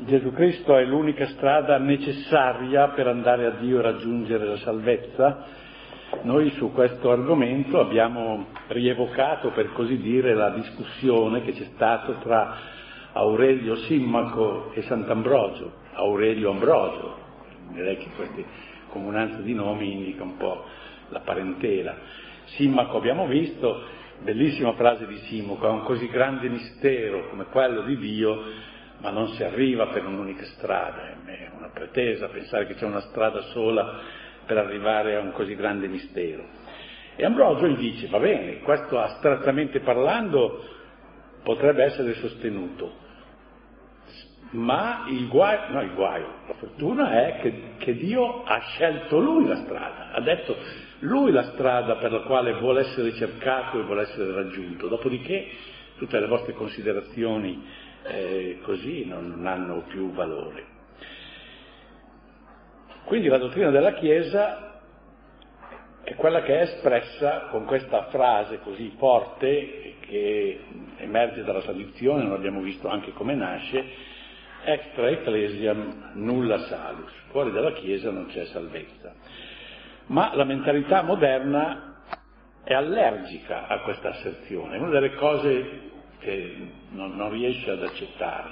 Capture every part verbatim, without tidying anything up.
Gesù Cristo è l'unica strada necessaria per andare a Dio e raggiungere la salvezza. Noi su questo argomento abbiamo rievocato, per così dire, la discussione che c'è stata tra Aurelio Simmaco e Sant'Ambrogio, Aurelio Ambrogio. Direi che questa comunanza di nomi indica un po' la parentela. Simmaco abbiamo visto, bellissima frase di Simmaco, è un così grande mistero come quello di Dio, ma non si arriva per un'unica strada, è una pretesa pensare che c'è una strada sola per arrivare a un così grande mistero. E Ambrogio gli dice, va bene, questo astrattamente parlando potrebbe essere sostenuto, ma il guaio, no il guaio, la fortuna è che, che Dio ha scelto lui la strada, ha detto lui la strada per la quale vuole essere cercato e vuole essere raggiunto, dopodiché tutte le vostre considerazioni Eh, così non, non hanno più valore. Quindi la dottrina della Chiesa è quella che è espressa con questa frase così forte che emerge dalla tradizione, non abbiamo visto anche come nasce, extra ecclesiam nulla salus, fuori dalla Chiesa non c'è salvezza. Ma la mentalità moderna è allergica a questa asserzione, è una delle cose che non, non riesce ad accettare.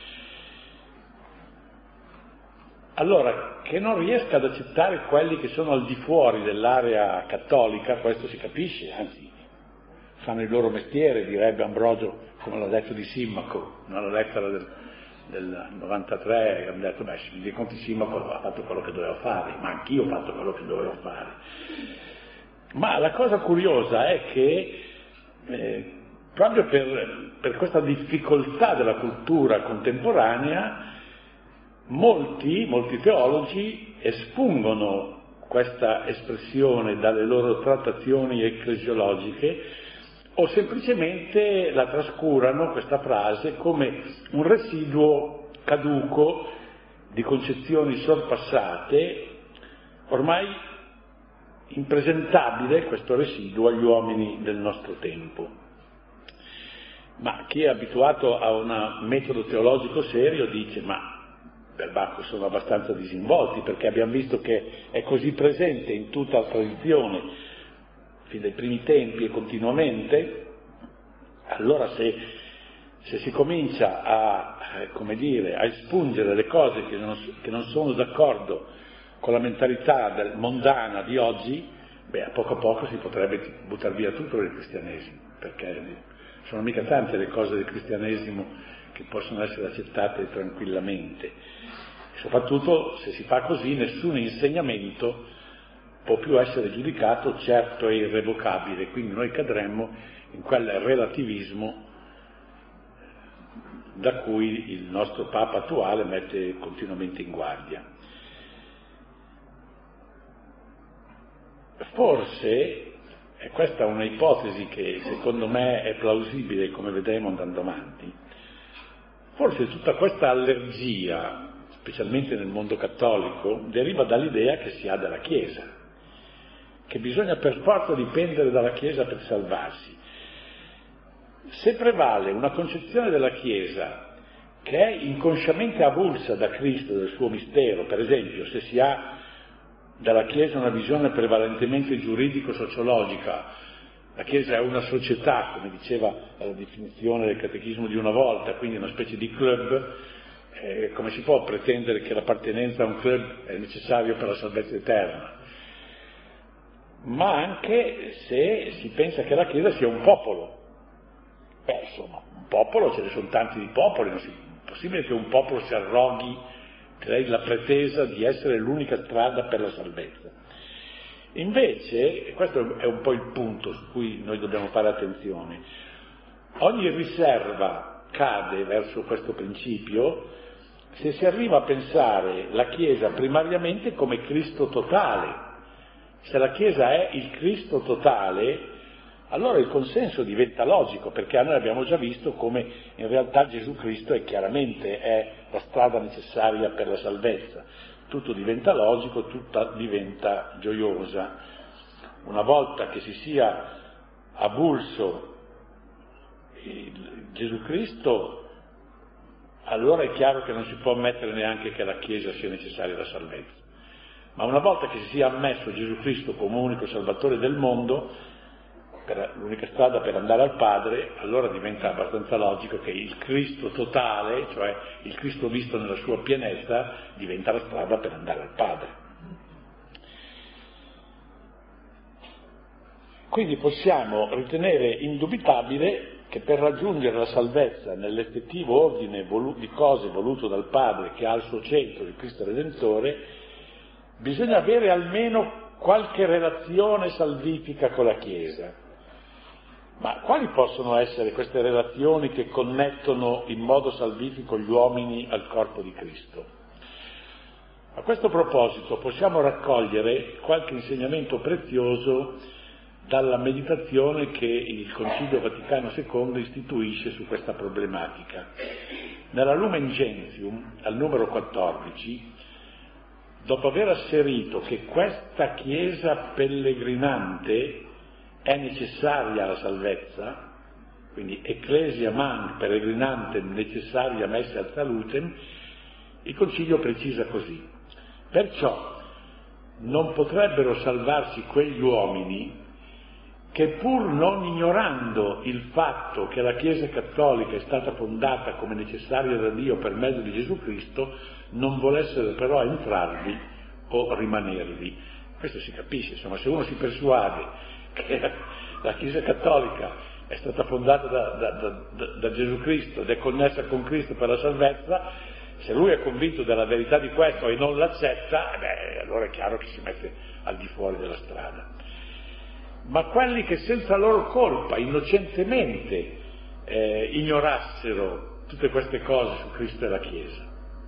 Allora, che non riesca ad accettare quelli che sono al di fuori dell'area cattolica, questo si capisce, anzi, fanno il loro mestiere, direbbe Ambrogio, come l'ha detto di Simmaco, nella lettera del, del novantatré, ha detto, beh, se mi dei conti Simmaco ha fatto quello che doveva fare, ma anch'io ho fatto quello che dovevo fare. Ma la cosa curiosa è che eh, proprio per, per questa difficoltà della cultura contemporanea, molti, molti teologi espungono questa espressione dalle loro trattazioni ecclesiologiche o semplicemente la trascurano, questa frase, come un residuo caduco di concezioni sorpassate, ormai impresentabile questo residuo agli uomini del nostro tempo. Ma chi è abituato a un metodo teologico serio dice, ma per Bacco sono abbastanza disinvolti, perché abbiamo visto che è così presente in tutta la tradizione, fin dai primi tempi e continuamente. Allora se, se si comincia a, come dire, a espungere le cose che non, che non sono d'accordo con la mentalità del, mondana di oggi, beh, a poco a poco si potrebbe buttare via tutto il cristianesimo, perché sono mica tante le cose del cristianesimo che possono essere accettate tranquillamente. E soprattutto, se si fa così, nessun insegnamento può più essere giudicato certo e irrevocabile, quindi noi cadremmo in quel relativismo da cui il nostro Papa attuale mette continuamente in guardia. Forse, e questa è una ipotesi che secondo me è plausibile, come vedremo andando avanti, forse tutta questa allergia, specialmente nel mondo cattolico, deriva dall'idea che si ha della Chiesa, che bisogna per forza dipendere dalla Chiesa per salvarsi. Se prevale una concezione della Chiesa che è inconsciamente avulsa da Cristo e dal suo mistero, per esempio se si ha dalla Chiesa una visione prevalentemente giuridico-sociologica, la Chiesa è una società, come diceva la definizione del catechismo di una volta, quindi una specie di club, eh, come si può pretendere che l'appartenenza a un club è necessario per la salvezza eterna? Ma anche se si pensa che la Chiesa sia un popolo. Beh, insomma, un popolo, ce ne sono tanti di popoli, non è possibile che un popolo si arroghi la pretesa di essere l'unica strada per la salvezza. Invece, e questo è un po' il punto su cui noi dobbiamo fare attenzione, ogni riserva cade verso questo principio se si arriva a pensare la Chiesa primariamente come Cristo totale. Se la Chiesa è il Cristo totale, allora il consenso diventa logico, perché noi abbiamo già visto come in realtà Gesù Cristo è chiaramente è la strada necessaria per la salvezza. Tutto diventa logico, tutto diventa gioiosa. Una volta che si sia avulso Gesù Cristo, allora è chiaro che non si può ammettere neanche che alla Chiesa sia necessaria la salvezza. Ma una volta che si sia ammesso Gesù Cristo come unico Salvatore del mondo, per l'unica strada per andare al Padre, allora diventa abbastanza logico che il Cristo totale, cioè il Cristo visto nella sua pienezza, diventa la strada per andare al Padre. Quindi possiamo ritenere indubitabile che per raggiungere la salvezza nell'effettivo ordine di cose voluto dal Padre, che ha al suo centro il Cristo Redentore, bisogna avere almeno qualche relazione salvifica con la Chiesa. Ma quali possono essere queste relazioni che connettono in modo salvifico gli uomini al corpo di Cristo? A questo proposito possiamo raccogliere qualche insegnamento prezioso dalla meditazione che il Concilio Vaticano secondo istituisce su questa problematica. Nella Lumen Gentium, al numero quattordici, dopo aver asserito che questa Chiesa pellegrinante è necessaria alla salvezza, quindi ecclesia mang peregrinante necessaria messa al salutem, il Concilio precisa così: perciò non potrebbero salvarsi quegli uomini che, pur non ignorando il fatto che la Chiesa cattolica è stata fondata come necessaria da Dio per mezzo di Gesù Cristo, non volessero però entrarvi o rimanervi. Questo si capisce, insomma, se uno si persuade che la Chiesa cattolica è stata fondata da, da, da, da Gesù Cristo ed è connessa con Cristo per la salvezza, se lui è convinto della verità di questo e non l'accetta, beh, allora è chiaro che si mette al di fuori della strada. Ma quelli che senza loro colpa, innocentemente, eh, ignorassero tutte queste cose su Cristo e la Chiesa,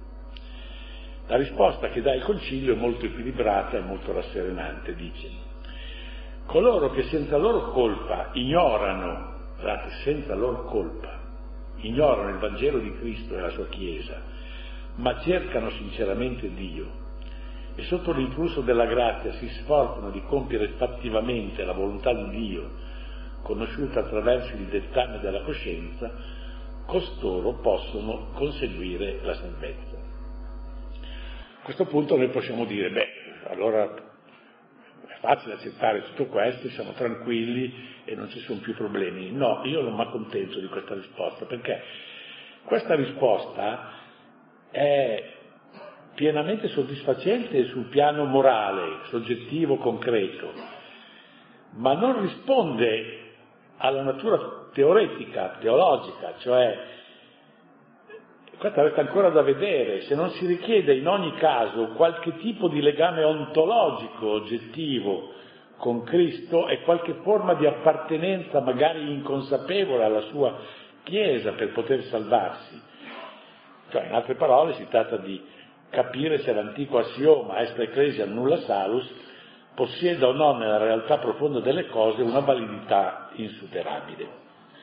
la risposta che dà il Concilio è molto equilibrata e molto rasserenante. Dice: coloro che senza loro colpa ignorano, guardate, senza loro colpa, ignorano il Vangelo di Cristo e la sua Chiesa, ma cercano sinceramente Dio e sotto l'influsso della grazia si sforzano di compiere fattivamente la volontà di Dio, conosciuta attraverso il dettame della coscienza, costoro possono conseguire la salvezza. A questo punto noi possiamo dire, beh, allora è facile accettare tutto questo, siamo tranquilli e non ci sono più problemi. No, io non mi accontento di questa risposta, perché questa risposta è pienamente soddisfacente sul piano morale, soggettivo, concreto, ma non risponde alla natura teoretica, teologica, cioè questa resta ancora da vedere, se non si richiede in ogni caso qualche tipo di legame ontologico, oggettivo, con Cristo e qualche forma di appartenenza magari inconsapevole alla sua Chiesa per poter salvarsi. Cioè, in altre parole, si tratta di capire se l'antico assioma est ecclesia nulla salus possieda o no nella realtà profonda delle cose una validità insuperabile.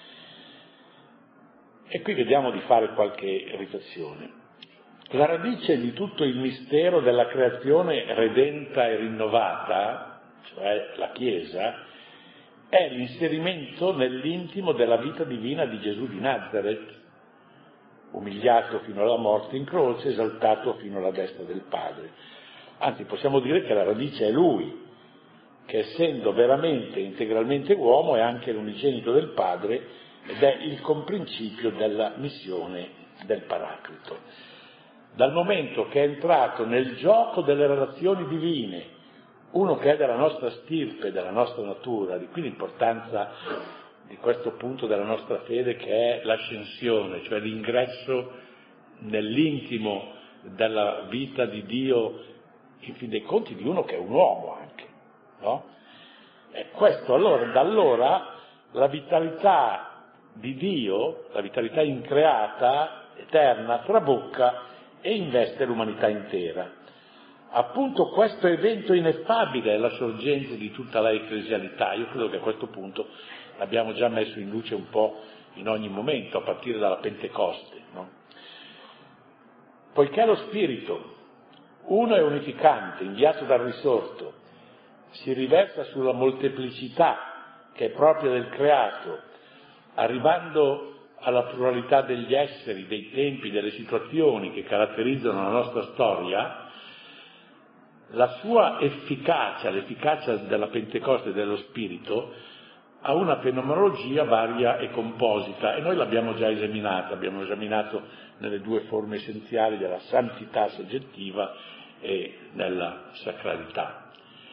E qui vediamo di fare qualche riflessione. La radice di tutto il mistero della creazione redenta e rinnovata, cioè la Chiesa, è l'inserimento nell'intimo della vita divina di Gesù di Nazareth, umiliato fino alla morte in croce, esaltato fino alla destra del Padre. Anzi, possiamo dire che la radice è Lui, che essendo veramente integralmente uomo è anche l'unigenito del Padre ed è il comprincipio della missione del Paraclito. Dal momento che è entrato nel gioco delle relazioni divine, uno che è della nostra stirpe, della nostra natura, di qui l'importanza di questo punto della nostra fede che è l'ascensione, cioè l'ingresso nell'intimo della vita di Dio, in fin dei conti di uno che è un uomo anche, no? E questo allora, da allora, la vitalità di Dio, la vitalità increata, eterna, trabocca e investe l'umanità intera. Appunto questo evento ineffabile è la sorgente di tutta la ecclesialità. Io credo che a questo punto l'abbiamo già messo in luce un po' in ogni momento, a partire dalla Pentecoste, no? Poiché lo Spirito, uno e unificante, inviato dal risorto, si riversa sulla molteplicità che è propria del creato, arrivando alla pluralità degli esseri, dei tempi, delle situazioni che caratterizzano la nostra storia, la sua efficacia, l'efficacia della Pentecoste e dello Spirito, ha una fenomenologia varia e composita, e noi l'abbiamo già esaminata, abbiamo esaminato nelle due forme essenziali della santità soggettiva e della sacralità.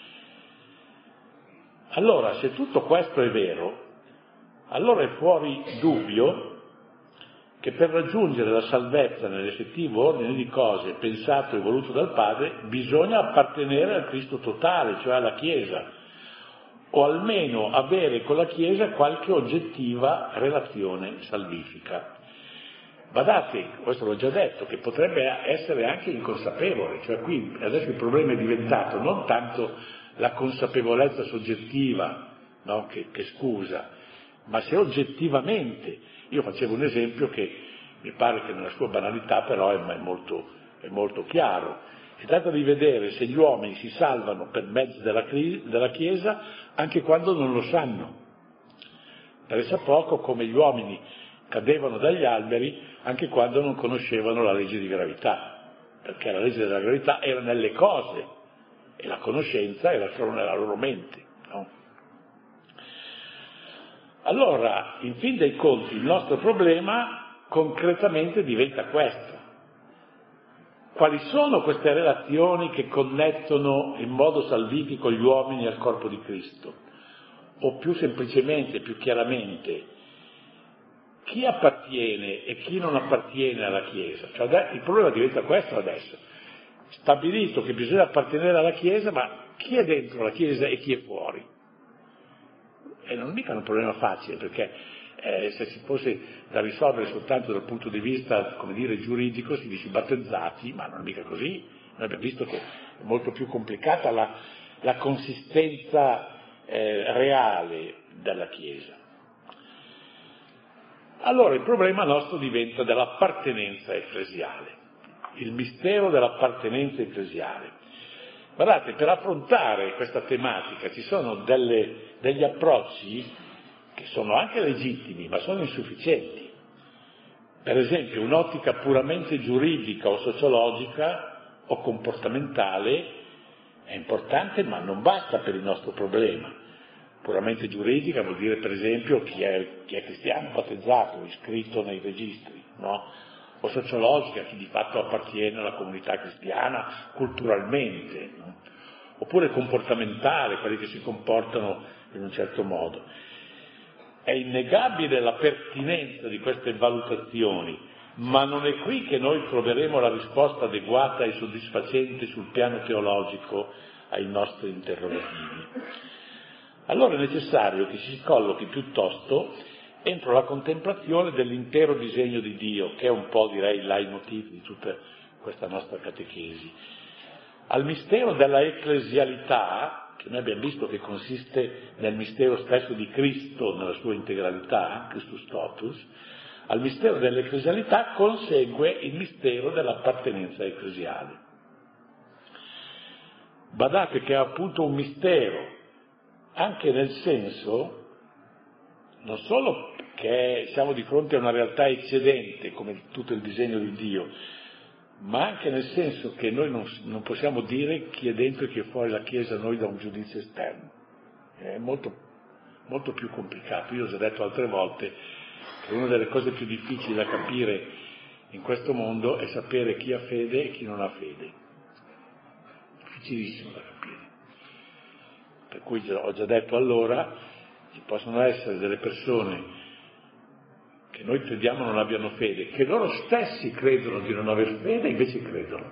Allora, se tutto questo è vero, allora è fuori dubbio che per raggiungere la salvezza nell'effettivo ordine di cose pensato e voluto dal Padre bisogna appartenere al Cristo totale, cioè alla Chiesa, o almeno avere con la Chiesa qualche oggettiva relazione salvifica. Badate, questo l'ho già detto, che potrebbe essere anche inconsapevole, cioè qui adesso il problema è diventato non tanto la consapevolezza soggettiva, no, che, che scusa, ma se oggettivamente, io facevo un esempio che mi pare che nella sua banalità però è, è, molto, è molto chiaro, si tratta di vedere se gli uomini si salvano per mezzo della, della Chiesa anche quando non lo sanno. Pensa poco come gli uomini cadevano dagli alberi anche quando non conoscevano la legge di gravità, perché la legge della gravità era nelle cose e la conoscenza era solo nella loro mente, no? Allora, in fin dei conti, il nostro problema concretamente diventa questo. Quali sono queste relazioni che connettono in modo salvifico gli uomini al corpo di Cristo? O più semplicemente, più chiaramente, chi appartiene e chi non appartiene alla Chiesa? Cioè, il problema diventa questo adesso. Stabilito che bisogna appartenere alla Chiesa, ma chi è dentro la Chiesa e chi è fuori? E non è mica un problema facile, perché eh, se si fosse da risolvere soltanto dal punto di vista, come dire, giuridico, si dice battezzati, ma non è mica così. Noi abbiamo visto che è molto più complicata la, la consistenza eh, reale della Chiesa. Allora il problema nostro diventa dell'appartenenza ecclesiale, il mistero dell'appartenenza ecclesiale. Guardate, per affrontare questa tematica ci sono delle, degli approcci che sono anche legittimi, ma sono insufficienti. Per esempio, un'ottica puramente giuridica o sociologica o comportamentale è importante, ma non basta per il nostro problema. Puramente giuridica vuol dire, per esempio, chi è, chi è cristiano, battezzato, iscritto nei registri, no? O sociologica, chi di fatto appartiene alla comunità cristiana culturalmente, no? Oppure comportamentale, quelli che si comportano in un certo modo. È innegabile la pertinenza di queste valutazioni, ma non è qui che noi troveremo la risposta adeguata e soddisfacente sul piano teologico ai nostri interrogativi. Allora è necessario che si collochi piuttosto entro la contemplazione dell'intero disegno di Dio, che è un po', direi, il leitmotiv di tutta questa nostra catechesi. Al mistero della ecclesialità, che noi abbiamo visto che consiste nel mistero stesso di Cristo nella sua integralità, Christus totus, al mistero dell'ecclesialità consegue il mistero dell'appartenenza ecclesiale. Badate che è appunto un mistero, anche nel senso, non solo che siamo di fronte a una realtà eccedente, come tutto il disegno di Dio, ma anche nel senso che noi non, non possiamo dire chi è dentro e chi è fuori la Chiesa noi da un giudizio esterno. È molto, molto più complicato. Io ho già detto altre volte che una delle cose più difficili da capire in questo mondo è sapere chi ha fede e chi non ha fede. Difficilissimo da capire. Per cui ho già detto allora, ci possono essere delle persone che noi crediamo non abbiano fede, che loro stessi credono di non aver fede e invece credono.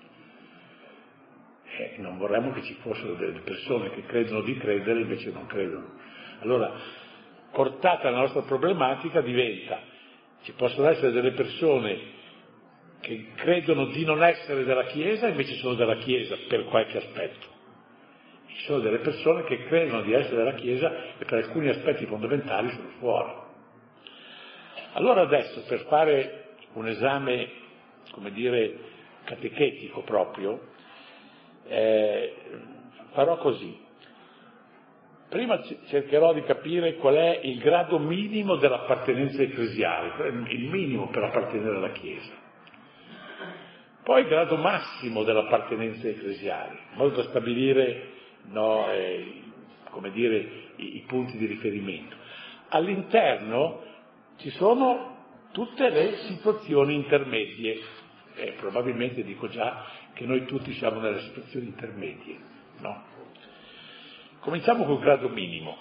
E non vorremmo che ci fossero delle persone che credono di credere e invece non credono. Allora, portata la nostra problematica diventa, ci possono essere delle persone che credono di non essere della Chiesa e invece sono della Chiesa per qualche aspetto. Ci sono delle persone che credono di essere della Chiesa e per alcuni aspetti fondamentali sono fuori. Allora adesso, per fare un esame, come dire, catechetico proprio, eh, farò così. Prima cercherò di capire qual è il grado minimo dell'appartenenza ecclesiale, il minimo per appartenere alla Chiesa. Poi il grado massimo dell'appartenenza ecclesiale, in modo da stabilire, no, eh, come dire, i, i punti di riferimento. All'interno ci sono tutte le situazioni intermedie, e probabilmente dico già che noi tutti siamo nelle situazioni intermedie, no? Cominciamo col grado minimo.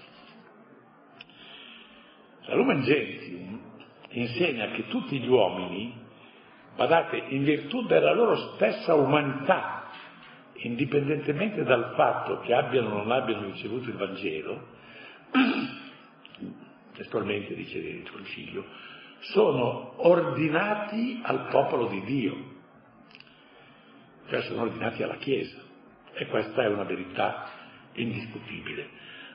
La Lumen Gentium insegna che tutti gli uomini, badate, in virtù della loro stessa umanità, indipendentemente dal fatto che abbiano o non abbiano ricevuto il Vangelo, testualmente dice il Concilio, sono ordinati al popolo di Dio, cioè sono ordinati alla Chiesa, e questa è una verità indiscutibile.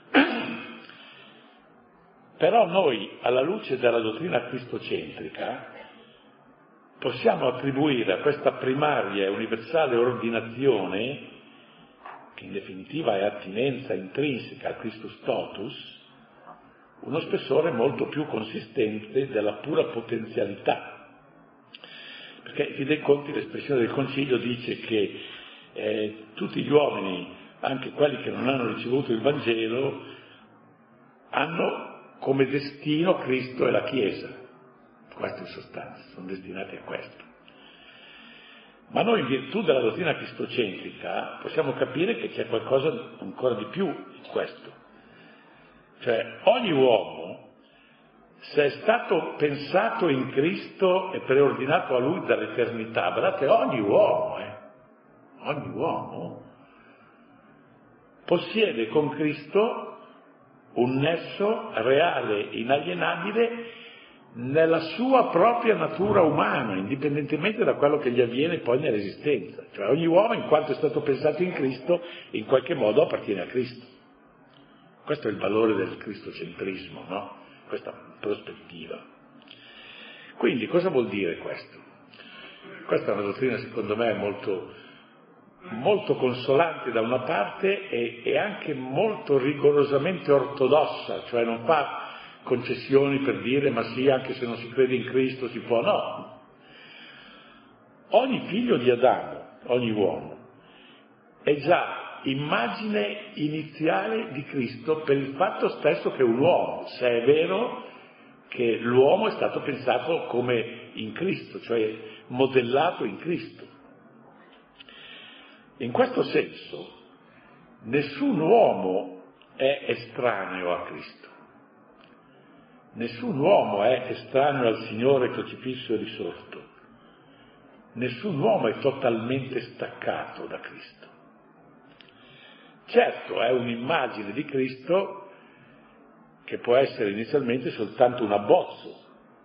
Però noi, alla luce della dottrina cristocentrica, possiamo attribuire a questa primaria e universale ordinazione, che in definitiva è attinenza intrinseca al Christus totus, uno spessore molto più consistente della pura potenzialità. Perché, in fin dei conti, l'espressione del Concilio dice che eh, tutti gli uomini, anche quelli che non hanno ricevuto il Vangelo, hanno come destino Cristo e la Chiesa. Questo in sostanza, sono destinati a questo. Ma noi, in virtù della dottrina cristocentrica, possiamo capire che c'è qualcosa ancora di più in questo. Cioè, ogni uomo, se è stato pensato in Cristo e preordinato a Lui dall'eternità, guardate, ogni uomo, eh, ogni uomo, possiede con Cristo un nesso reale, inalienabile, nella sua propria natura umana, indipendentemente da quello che gli avviene poi nell'esistenza. Cioè ogni uomo, in quanto è stato pensato in Cristo, in qualche modo appartiene a Cristo. Questo è il valore del cristocentrismo, no? Questa prospettiva. Quindi cosa vuol dire questo? Questa è una dottrina, secondo me, molto, molto consolante da una parte e, e anche molto rigorosamente ortodossa, cioè non fa concessioni per dire ma sì, anche se non si crede in Cristo si può, no. Ogni figlio di Adamo, ogni uomo, è già immagine iniziale di Cristo per il fatto stesso che è un uomo, se è vero che l'uomo è stato pensato come in Cristo, cioè modellato in Cristo. In questo senso nessun uomo è estraneo a Cristo. Nessun uomo è estraneo al Signore crocifisso e risorto. Nessun uomo è totalmente staccato da Cristo. Certo, è un'immagine di Cristo che può essere inizialmente soltanto un abbozzo.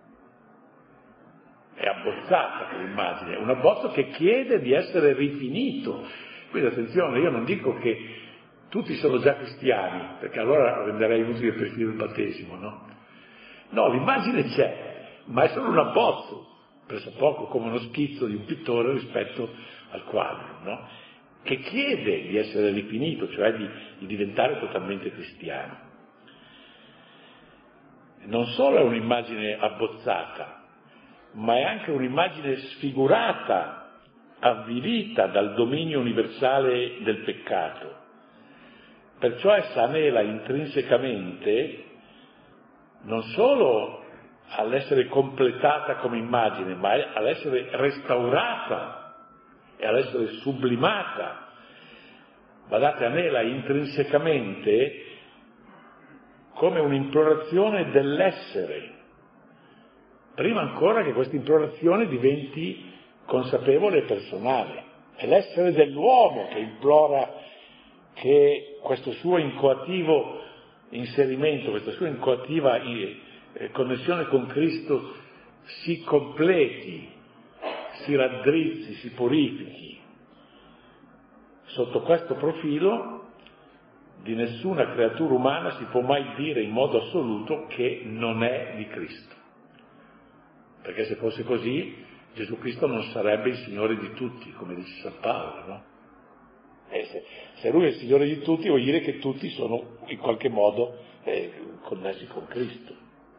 È abbozzata quell'immagine, un abbozzo che chiede di essere rifinito. Quindi attenzione, io non dico che tutti sono già cristiani, perché allora renderei inutile perfino il battesimo, no? No, l'immagine c'è, ma è solo un abbozzo, pressopoco come uno schizzo di un pittore rispetto al quadro, no? Che chiede di essere rifinito, cioè di, di diventare totalmente cristiano. Non solo è un'immagine abbozzata, ma è anche un'immagine sfigurata, avvilita dal dominio universale del peccato. Perciò essa anela intrinsecamente non solo all'essere completata come immagine, ma all'essere restaurata e all'essere sublimata. Guardate, anela intrinsecamente come un'implorazione dell'essere, prima ancora che questa implorazione diventi consapevole e personale. È l'essere dell'uomo che implora che questo suo incoattivo inserimento, questa sua incoattiva connessione con Cristo si completi, si raddrizzi, si purifichi. Sotto questo profilo di nessuna creatura umana si può mai dire in modo assoluto che non è di Cristo. Perché se fosse così, Gesù Cristo non sarebbe il Signore di tutti, come dice San Paolo, no? E se, se lui è il Signore di tutti, vuol dire che tutti sono in qualche modo eh, connessi con Cristo.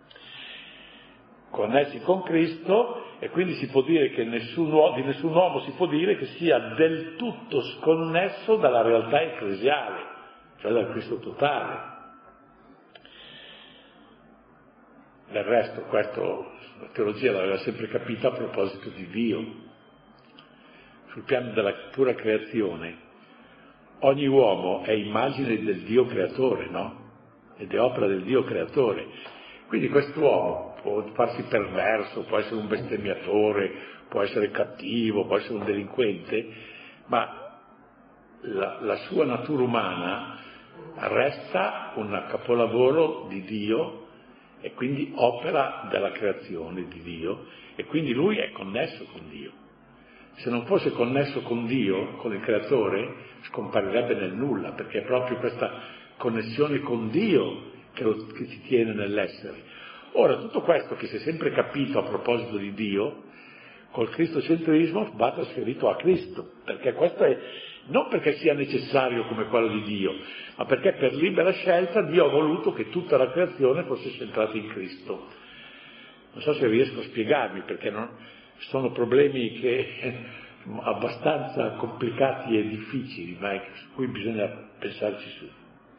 Connessi con Cristo, e quindi si può dire che nessun uomo, di nessun uomo si può dire che sia del tutto sconnesso dalla realtà ecclesiale, cioè dal Cristo totale. Del resto, questo la teologia l'aveva sempre capita a proposito di Dio. Sul piano della pura creazione, ogni uomo è immagine del Dio creatore, no? Ed è opera del Dio creatore. Quindi quest'uomo può farsi perverso, può essere un bestemmiatore, può essere cattivo, può essere un delinquente, ma la, la sua natura umana resta un capolavoro di Dio e quindi opera della creazione di Dio, e quindi lui è connesso con Dio. Se non fosse connesso con Dio, con il creatore, scomparirebbe nel nulla, perché è proprio questa connessione con Dio che, lo, che ci tiene nell'essere. Ora, tutto questo che si è sempre capito a proposito di Dio, col cristocentrismo va trasferito a Cristo, perché questo è, non perché sia necessario come quello di Dio, ma perché per libera scelta Dio ha voluto che tutta la creazione fosse centrata in Cristo. Non so se riesco a spiegarmi, perché non, sono problemi che abbastanza complicati e difficili, ma su cui bisogna pensarci su.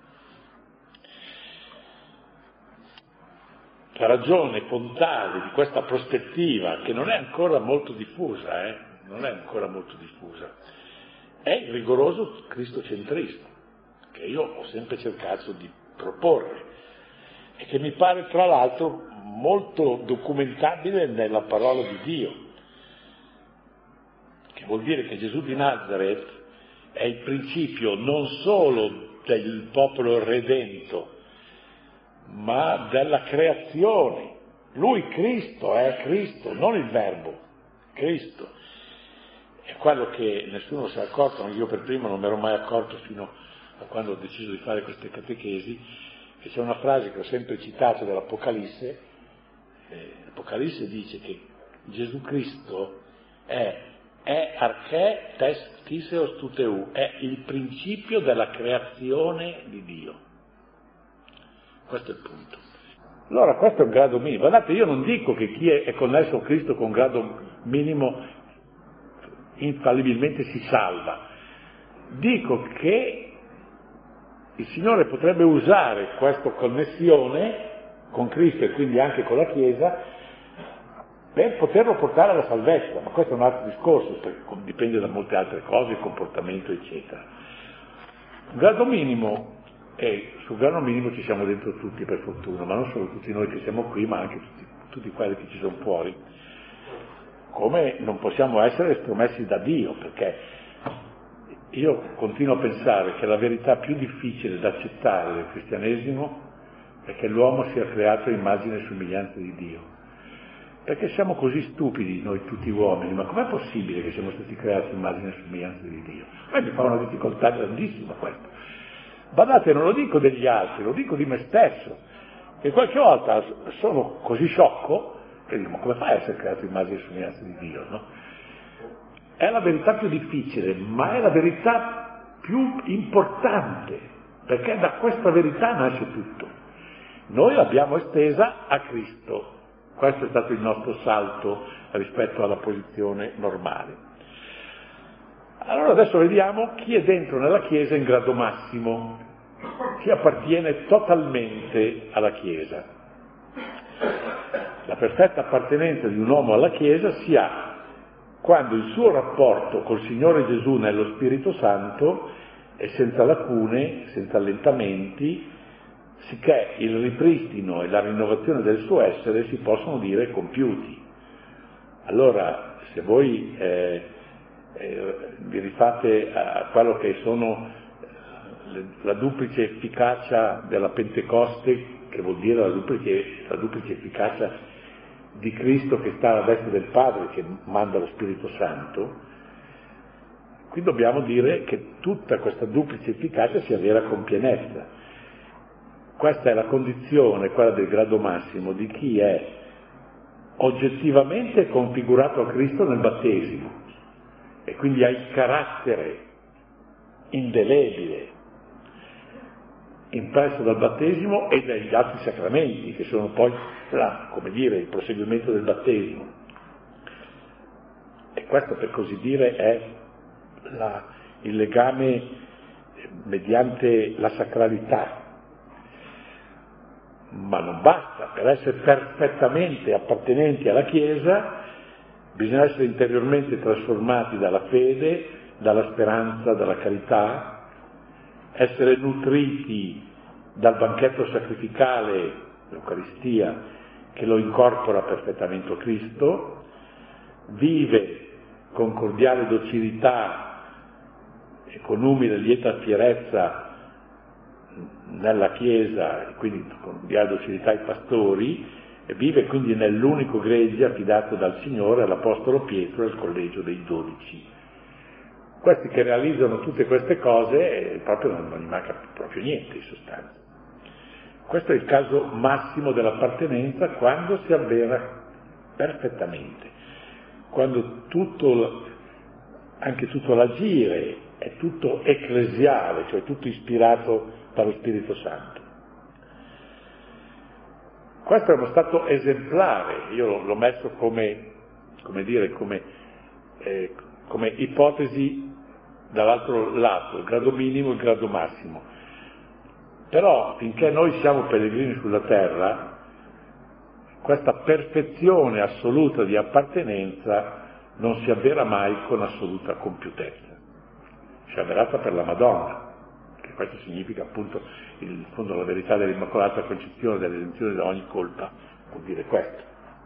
La ragione fontale di questa prospettiva, che non è ancora molto diffusa, eh, non è ancora molto diffusa, è il rigoroso cristocentrismo, che io ho sempre cercato di proporre e che mi pare tra l'altro molto documentabile nella parola di Dio, che vuol dire che Gesù di Nazareth è il principio non solo del popolo redento, ma della creazione. Lui Cristo è Cristo, non il Verbo, Cristo. È quello che nessuno si è accorto, io per primo non mi ero mai accorto fino a quando ho deciso di fare queste catechesi, che c'è una frase che ho sempre citato dell'Apocalisse. eh, l'Apocalisse dice che Gesù Cristo è, è arché tes tiseos tuteu, è il principio della creazione di Dio. Questo è il punto. Allora questo è un grado minimo. Guardate, io non dico che chi è, è connesso a Cristo con un grado minimo infallibilmente si salva. Dico che il Signore potrebbe usare questa connessione con Cristo e quindi anche con la Chiesa per poterlo portare alla salvezza, ma questo è un altro discorso, perché dipende da molte altre cose, il comportamento, eccetera. Un grado minimo, e sul grado minimo ci siamo dentro tutti per fortuna, ma non solo tutti noi che siamo qui, ma anche tutti, tutti quelli che ci sono fuori, come non possiamo essere estromessi da Dio, perché io continuo a pensare che la verità più difficile da accettare del cristianesimo è che l'uomo sia creato a immagine e somiglianza di Dio. Perché siamo così stupidi noi tutti uomini, ma com'è possibile che siamo stati creati a immagine e somiglianza di Dio? A me mi fa una difficoltà grandissima questo. Badate, non lo dico degli altri, lo dico di me stesso, che qualche volta sono così sciocco che dico, ma come fai a essere creato a immagine e somiglianza di Dio, no? È la verità più difficile, ma è la verità più importante, perché da questa verità nasce tutto. Noi l'abbiamo estesa a Cristo, questo è stato il nostro salto rispetto alla posizione normale. Allora adesso vediamo chi è dentro nella Chiesa in grado massimo, chi appartiene totalmente alla Chiesa. La perfetta appartenenza di un uomo alla Chiesa si ha quando il suo rapporto col Signore Gesù nello Spirito Santo è senza lacune, senza allentamenti, sicché il ripristino e la rinnovazione del suo essere si possono dire compiuti. Allora, se voi eh, eh, vi rifate a quello che sono le, la duplice efficacia della Pentecoste, che vuol dire la duplice, la duplice efficacia di Cristo che sta alla destra del Padre, che manda lo Spirito Santo, qui dobbiamo dire che tutta questa duplice efficacia si avvera con pienezza. Questa è la condizione, quella del grado massimo, di chi è oggettivamente configurato a Cristo nel battesimo e quindi ha il carattere indelebile, impresso dal battesimo e dagli altri sacramenti, che sono poi, la, come dire, il proseguimento del battesimo. E questo, per così dire, è la, il legame mediante la sacralità. Ma non basta, per essere perfettamente appartenenti alla Chiesa bisogna essere interiormente trasformati dalla fede, dalla speranza, dalla carità, essere nutriti dal banchetto sacrificale, l'Eucaristia, che lo incorpora perfettamente a Cristo, vive con cordiale docilità e con umile e lieta fierezza nella Chiesa, e quindi con cordiale docilità ai pastori, e vive quindi nell'unico gregge affidato dal Signore all'Apostolo Pietro e al collegio dei dodici. Questi che realizzano tutte queste cose, proprio non, non gli manca proprio niente in sostanza. Questo è il caso massimo dell'appartenenza, quando si avvera perfettamente, quando tutto, anche tutto l'agire è tutto ecclesiale, cioè tutto ispirato dallo Spirito Santo. Questo è uno stato esemplare, io l'ho messo come, come dire, come, eh, come ipotesi dall'altro lato, il grado minimo e il grado massimo. Però finché noi siamo pellegrini sulla terra, questa perfezione assoluta di appartenenza non si avvera mai con assoluta compiutezza. Si è avverata per la Madonna, che questo significa appunto, in fondo, la verità dell'Immacolata Concezione, dell'esenzione da ogni colpa, vuol dire questo.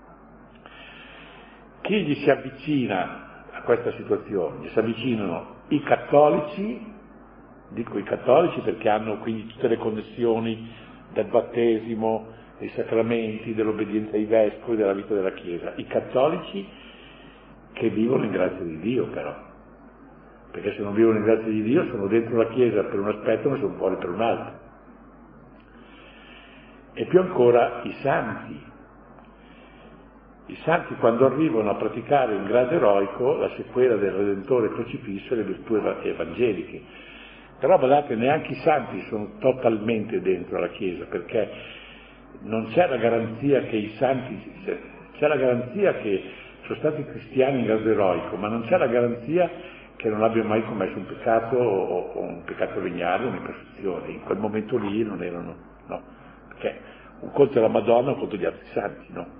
Chi gli si avvicina a questa situazione? Gli si avvicinano i cattolici, dico i cattolici perché hanno quindi tutte le connessioni del battesimo, dei sacramenti, dell'obbedienza ai vescovi, della vita della Chiesa, i cattolici che vivono in grazia di Dio però, perché se non vivono in grazia di Dio sono dentro la Chiesa per un aspetto ma sono fuori per un altro. E più ancora i santi. I santi, quando arrivano a praticare in grado eroico la sequela del Redentore crocifisso e le virtù evangeliche. Però guardate, neanche i santi sono totalmente dentro la Chiesa, perché non c'è la garanzia che i santi, c'è la garanzia che sono stati cristiani in grado eroico, ma non c'è la garanzia che non abbiano mai commesso un peccato o, o un peccato veniale, un'imperfezione. In quel momento lì non erano, no, perché un conto è la Madonna, un conto gli altri santi, no?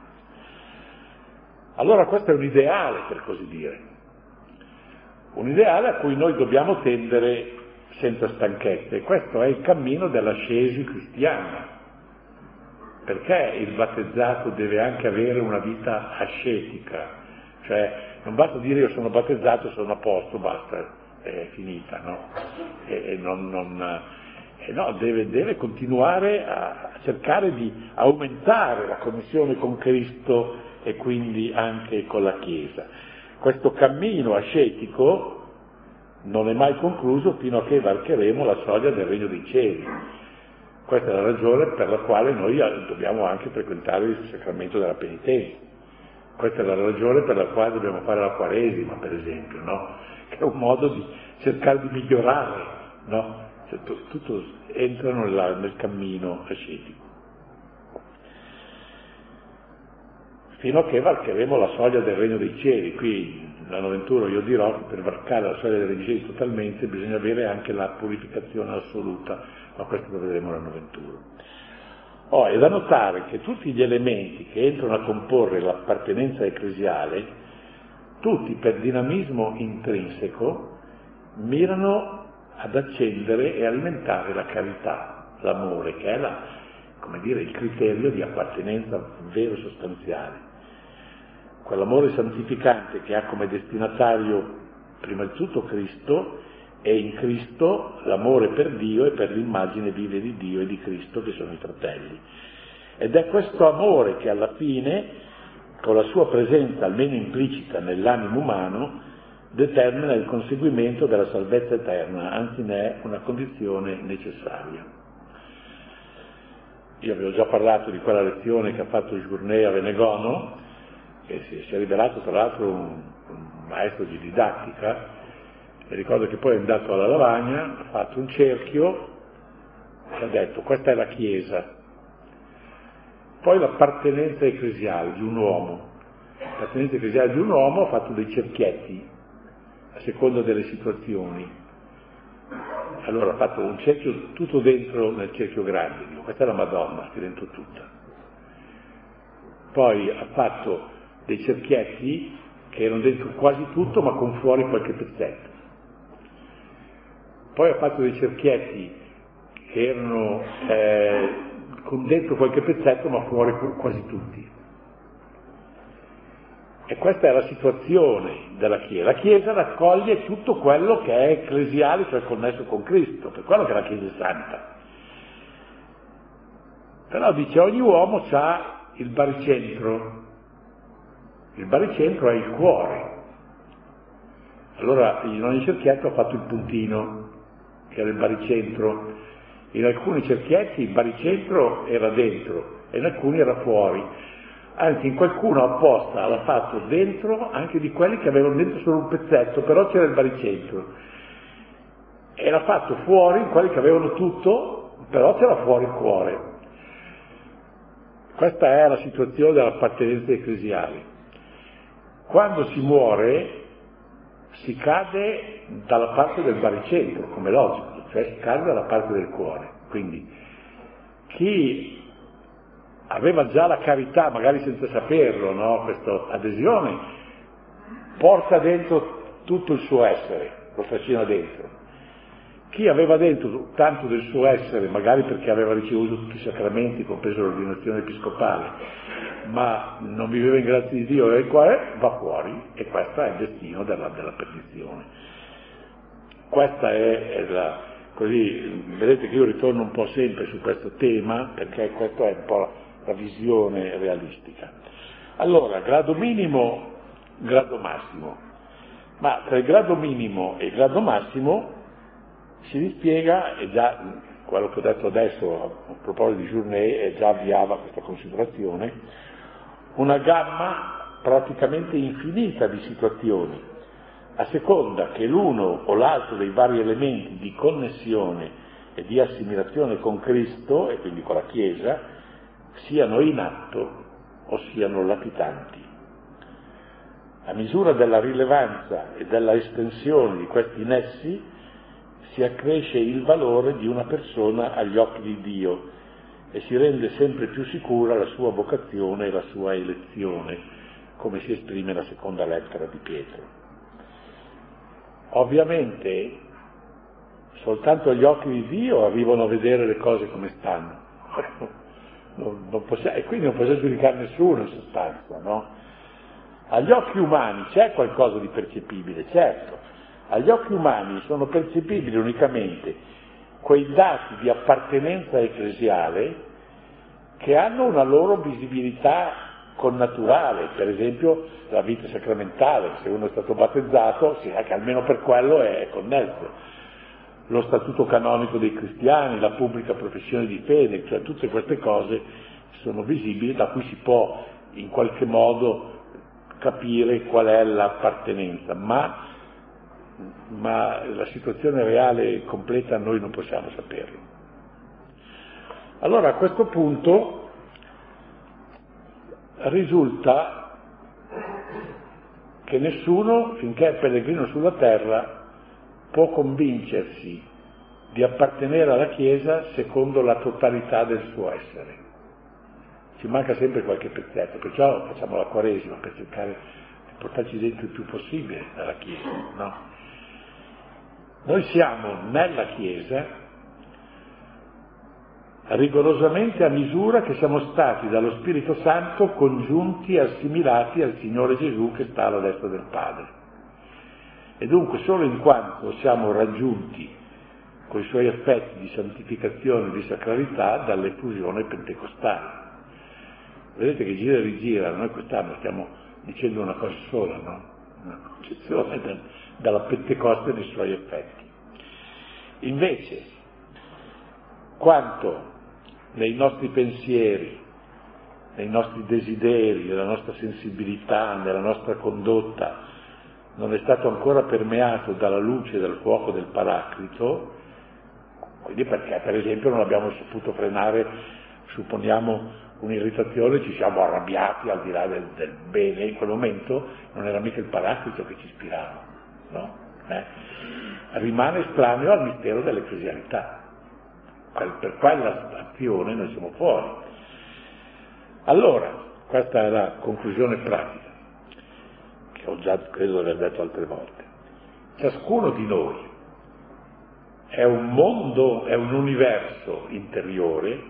Allora questo è un ideale, per così dire, un ideale a cui noi dobbiamo tendere senza stanchezza, e questo è il cammino dell'ascesi cristiana, perché il battezzato deve anche avere una vita ascetica, cioè non basta dire io sono battezzato, sono a posto, basta, è finita, no? E, e non, non, e no, deve, deve continuare a cercare di aumentare la connessione con Cristo e quindi anche con la Chiesa. Questo cammino ascetico non è mai concluso fino a che varcheremo la soglia del Regno dei Cieli. Questa è la ragione per la quale noi dobbiamo anche frequentare il sacramento della penitenza. Questa è la ragione per la quale dobbiamo fare la Quaresima, per esempio, no? Che è un modo di cercare di migliorare, no? Cioè, tutto entrano nella, nel cammino ascetico. Fino a che varcheremo la soglia del Regno dei Cieli. Qui nella ventura io dirò che per varcare la soglia del Regno dei Cieli totalmente bisogna avere anche la purificazione assoluta, ma questo lo vedremo nella ventura. Oh, è da notare che tutti gli elementi che entrano a comporre l'appartenenza ecclesiale, tutti per dinamismo intrinseco, mirano ad accendere e alimentare la carità, l'amore, che è la, come dire, il criterio di appartenenza vero sostanziale. Quell'amore santificante che ha come destinatario prima di tutto Cristo, e in Cristo l'amore per Dio e per l'immagine viva di Dio e di Cristo che sono i fratelli. Ed è questo amore che alla fine, con la sua presenza almeno implicita nell'animo umano, determina il conseguimento della salvezza eterna, anzi ne è una condizione necessaria. Io avevo già parlato di quella lezione che ha fatto Journet a Venegono, che si è rivelato tra l'altro un, un maestro di didattica, E ricordo che poi è andato alla lavagna, ha fatto un cerchio e ha detto questa è la Chiesa. Poi l'appartenenza ecclesiale di un uomo. L'appartenenza ecclesiale di un uomo ha fatto dei cerchietti a seconda delle situazioni. Allora ha fatto un cerchio tutto dentro nel cerchio grande, dico, questa è la Madonna, che è dentro tutta. Poi ha fatto dei cerchietti che erano dentro quasi tutto ma con fuori qualche pezzetto. Poi ha fatto dei cerchietti che erano eh, con dentro qualche pezzetto ma fuori quasi tutti. E questa è la situazione della Chiesa. La Chiesa raccoglie tutto quello che è ecclesiale, cioè connesso con Cristo, per quello che la Chiesa è santa. Però dice ogni uomo ha il baricentro. Il baricentro è il cuore. Allora in ogni cerchietto ha fatto il puntino, che era il baricentro. In alcuni cerchietti il baricentro era dentro e in alcuni era fuori. Anzi, in qualcuno apposta l'ha fatto dentro anche di quelli che avevano dentro solo un pezzetto, però c'era il baricentro. E l'ha fatto fuori in quelli che avevano tutto, però c'era fuori il cuore. Questa è la situazione dell'appartenenza ecclesiale. Quando si muore si cade dalla parte del baricentro, come logico, cioè si cade dalla parte del cuore. Quindi chi aveva già la carità, magari senza saperlo, no? Questa adesione, porta dentro tutto il suo essere, lo trascina dentro. Chi aveva dentro tanto del suo essere, magari perché aveva ricevuto tutti i sacramenti, compreso l'ordinazione episcopale, ma non viveva in grazia di Dio, e il cuore va fuori, e questo è il destino della, della perdizione. Questa è, è la, così, vedete che io ritorno un po' sempre su questo tema, perché questo è un po' la, la visione realistica. Allora, grado minimo, grado massimo. Ma tra il grado minimo e il grado massimo si dispiega, e già quello che ho detto adesso a proposito di Journet già avviava questa considerazione, una gamma praticamente infinita di situazioni, a seconda che l'uno o l'altro dei vari elementi di connessione e di assimilazione con Cristo, e quindi con la Chiesa, siano in atto o siano latitanti. A misura della rilevanza e della estensione di questi nessi si accresce il valore di una persona agli occhi di Dio e si rende sempre più sicura la sua vocazione e la sua elezione, come si esprime nella seconda lettera di Pietro. Ovviamente soltanto agli occhi di Dio arrivano a vedere le cose come stanno, non, non possiamo, e quindi non possiamo giudicare nessuno in sostanza, no? Agli occhi umani c'è qualcosa di percepibile, certo. Agli occhi umani sono percepibili unicamente quei dati di appartenenza ecclesiale che hanno una loro visibilità connaturale, per esempio la vita sacramentale, se uno è stato battezzato si sa che almeno per quello è connesso, lo statuto canonico dei cristiani, la pubblica professione di fede, cioè tutte queste cose sono visibili, da cui si può in qualche modo capire qual è l'appartenenza, ma ma la situazione reale e completa noi non possiamo saperlo. Allora a questo punto risulta che nessuno, finché è pellegrino sulla terra, può convincersi di appartenere alla Chiesa secondo la totalità del suo essere. Ci manca sempre qualche pezzetto, perciò facciamo la Quaresima per cercare di portarci dentro il più possibile dalla Chiesa, no? Noi siamo nella Chiesa rigorosamente a misura che siamo stati dallo Spirito Santo congiunti e assimilati al Signore Gesù che sta alla destra del Padre. E dunque solo in quanto siamo raggiunti con i suoi effetti di santificazione e di sacralità dall'effusione pentecostale. Vedete che gira e rigira, noi quest'anno stiamo dicendo una cosa sola, no? Una concezione del, dalla Pentecoste nei suoi effetti. Invece, quanto nei nostri pensieri, nei nostri desideri, nella nostra sensibilità, nella nostra condotta, non è stato ancora permeato dalla luce e dal fuoco del Paraclito, quindi perché per esempio non abbiamo saputo frenare, supponiamo, un'irritazione, ci siamo arrabbiati al di là del, del bene, in quel momento non era mica il Paraclito che ci ispirava, no? Eh? Rimane estraneo al mistero dell'ecclesialità, per quella azione noi siamo fuori. Allora, questa è la conclusione pratica, che ho già credo di aver detto altre volte. Ciascuno di noi è un mondo, è un universo interiore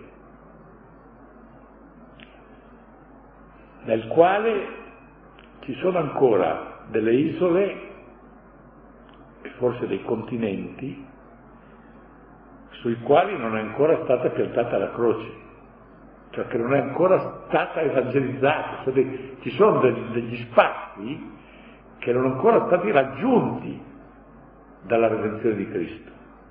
nel quale ci sono ancora delle isole e forse dei continenti sui quali non è ancora stata piantata la croce, cioè che non è ancora stata evangelizzata, cioè dei, ci sono degli, degli spazi che non sono ancora stati raggiunti dalla redenzione di Cristo.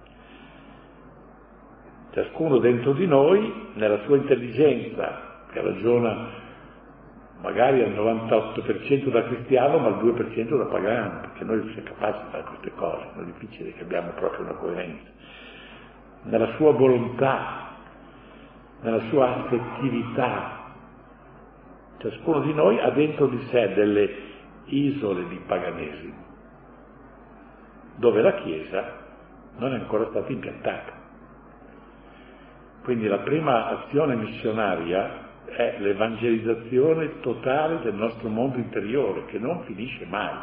Ciascuno dentro di noi, nella sua intelligenza, che ragiona magari al novantotto per cento da cristiano, ma al due per cento da pagano, perché noi siamo capaci di fare queste cose, non è difficile che abbiamo proprio una coerenza. Nella sua volontà, nella sua affettività, ciascuno di noi ha dentro di sé delle isole di paganesimo, dove la Chiesa non è ancora stata impiantata. Quindi la prima azione missionaria è l'evangelizzazione totale del nostro mondo interiore, che non finisce mai.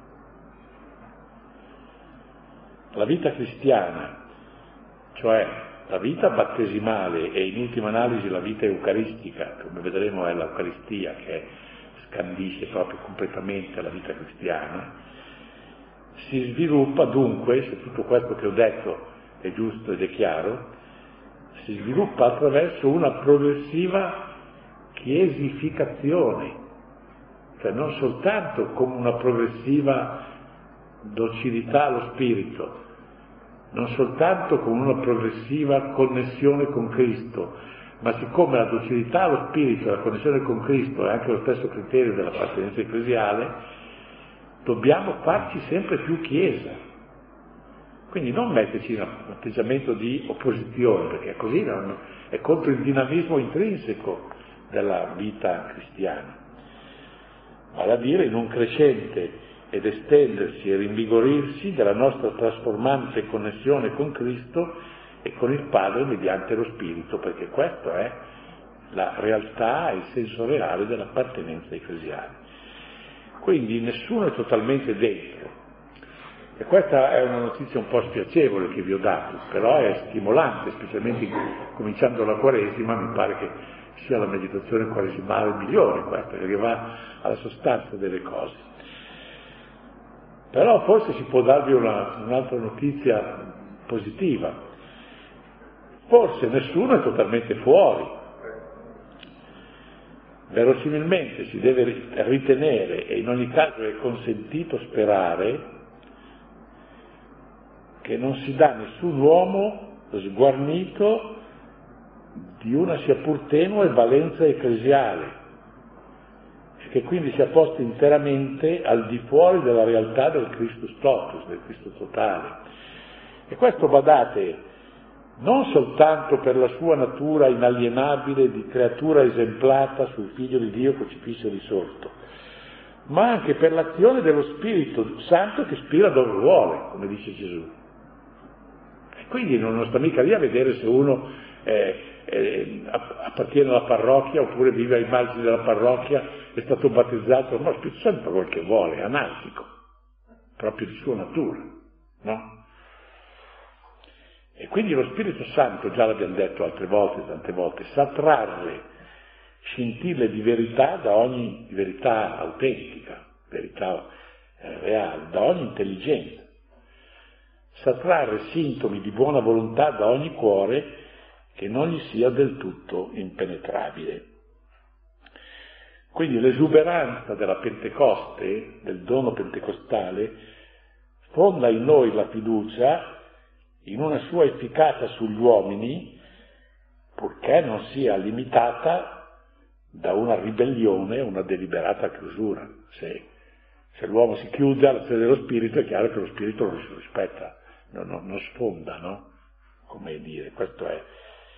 La vita cristiana, cioè la vita battesimale e in ultima analisi la vita eucaristica, come vedremo è l'Eucaristia che scandisce proprio completamente la vita cristiana, si sviluppa dunque, se tutto questo che ho detto è giusto ed è chiaro, si sviluppa attraverso una progressiva chiesificazione, cioè non soltanto come una progressiva docilità allo spirito, non soltanto con una progressiva connessione con Cristo, ma siccome la docilità allo spirito e la connessione con Cristo è anche lo stesso criterio dell'appartenenza ecclesiale, dobbiamo farci sempre più Chiesa. Quindi non metterci in un atteggiamento di opposizione, perché così non, è contro il dinamismo intrinseco della vita cristiana, vale a dire in un crescente ed estendersi e rinvigorirsi della nostra trasformante connessione con Cristo e con il Padre mediante lo Spirito, perché questo è la realtà e il senso reale dell'appartenenza ecclesiale. Quindi nessuno è totalmente dentro, e questa è una notizia un po' spiacevole che vi ho dato, però è stimolante, specialmente cominciando la Quaresima, mi pare che sia la meditazione quaresimale migliore questa, perché va alla sostanza delle cose. Però forse si può darvi una, un'altra notizia positiva. Forse nessuno è totalmente fuori. Verosimilmente si deve ritenere, e in ogni caso è consentito sperare, che non si dà nessun uomo sguarnito di una sia pur tenue valenza ecclesiale, e che quindi sia posto interamente al di fuori della realtà del Christus totus, del Cristo totale. E questo, badate, non soltanto per la sua natura inalienabile di creatura esemplata sul Figlio di Dio crocifisso e risorto, ma anche per l'azione dello Spirito Santo che spira dove vuole, come dice Gesù. E quindi non sta mica lì a vedere se uno eh, eh, appartiene alla parrocchia oppure vive ai margini della parrocchia, è stato battezzato, ma lo Spirito Santo fa quel che vuole, è anarchico, proprio di sua natura, no? E quindi lo Spirito Santo, già l'abbiamo detto altre volte, tante volte, sa trarre scintille di verità da ogni di verità autentica, verità eh, reale, da ogni intelligenza. Sa trarre sintomi di buona volontà da ogni cuore che non gli sia del tutto impenetrabile. Quindi l'esuberanza della Pentecoste, del dono pentecostale, fonda in noi la fiducia in una sua efficacia sugli uomini, purché non sia limitata da una ribellione, una deliberata chiusura. Se, Se l'uomo si chiude all'azione dello spirito, è chiaro che lo spirito non si rispetta, non, non, non sfonda, no? Come dire, questo è.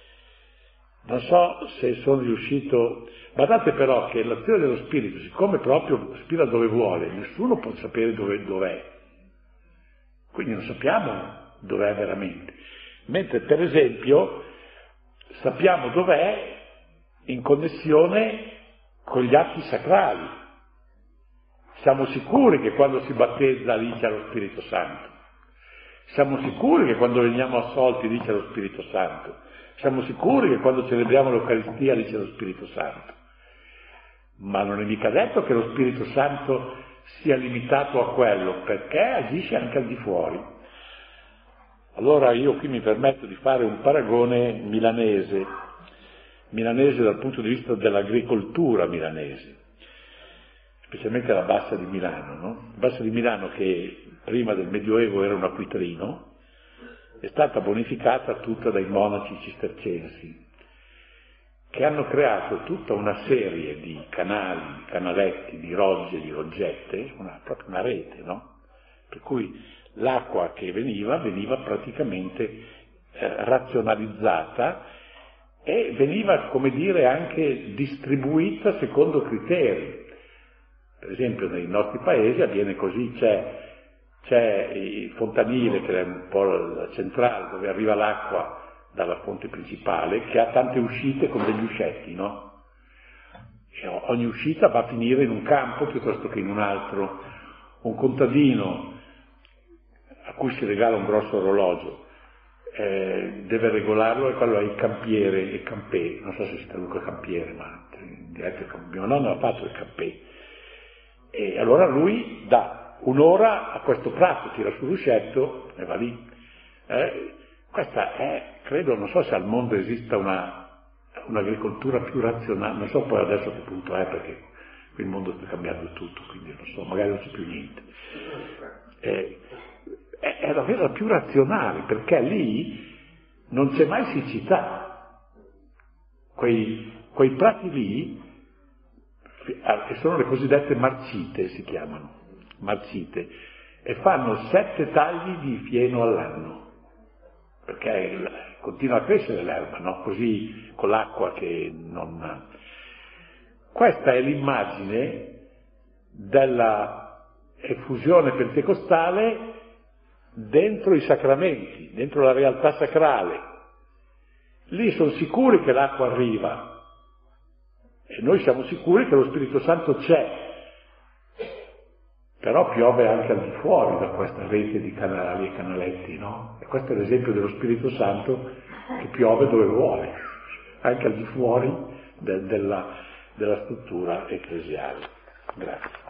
Non so se sono riuscito. Badate però che l'azione dello spirito, siccome proprio spira dove vuole, nessuno può sapere dove, dov'è. Quindi non sappiamo dov'è veramente. Mentre, per esempio, sappiamo dov'è in connessione con gli atti sacrali. Siamo sicuri che quando si battezza lì c'è lo Spirito Santo. Siamo sicuri che quando veniamo assolti lì c'è lo Spirito Santo. Siamo sicuri che quando celebriamo l'Eucaristia lì c'è lo Spirito Santo. Ma non è mica detto che lo Spirito Santo sia limitato a quello, perché agisce anche al di fuori. Allora io qui mi permetto di fare un paragone milanese, milanese dal punto di vista dell'agricoltura milanese, specialmente la Bassa di Milano, no? La Bassa di Milano, che prima del Medioevo era un acquitrino, è stata bonificata tutta dai monaci cistercensi, che hanno creato tutta una serie di canali, canaletti, di rogge, di roggette, una, proprio una rete, no? Per cui l'acqua che veniva, veniva praticamente eh, razionalizzata e veniva, come dire, anche distribuita secondo criteri. Per esempio nei nostri paesi avviene così, c'è, c'è il fontanile, che è un po' la centrale, dove arriva l'acqua dalla fonte principale, che ha tante uscite con degli uscetti, no? E ogni uscita va a finire in un campo piuttosto che in un altro. Un contadino a cui si regala un grosso orologio eh, deve regolarlo, e quello è il campiere, il campè, non so se si traduce campiere, ma in dialetto mio nonno ha fatto il campè. E allora lui dà un'ora a questo prato, tira sul ruscetto e va lì. Eh, questa è, credo, non so se al mondo esista una, un'agricoltura più razionale, non so poi adesso a che punto è, perché il mondo sta cambiando tutto, quindi non so, magari non c'è più niente. Eh, è, è davvero la più razionale, perché lì non c'è mai siccità. Quei, quei prati lì, e sono le cosiddette marcite, si chiamano, marcite, e fanno sette tagli di fieno all'anno, perché continua a crescere l'erba, no? Così con l'acqua che non... Questa è l'immagine della effusione pentecostale dentro i sacramenti, dentro la realtà sacrale. Lì sono sicuri che l'acqua arriva, e noi siamo sicuri che lo Spirito Santo c'è, però piove anche al di fuori da questa rete di canali e canaletti, no? E questo è l'esempio dello Spirito Santo che piove dove vuole, anche al di fuori de- della, della struttura ecclesiale. Grazie.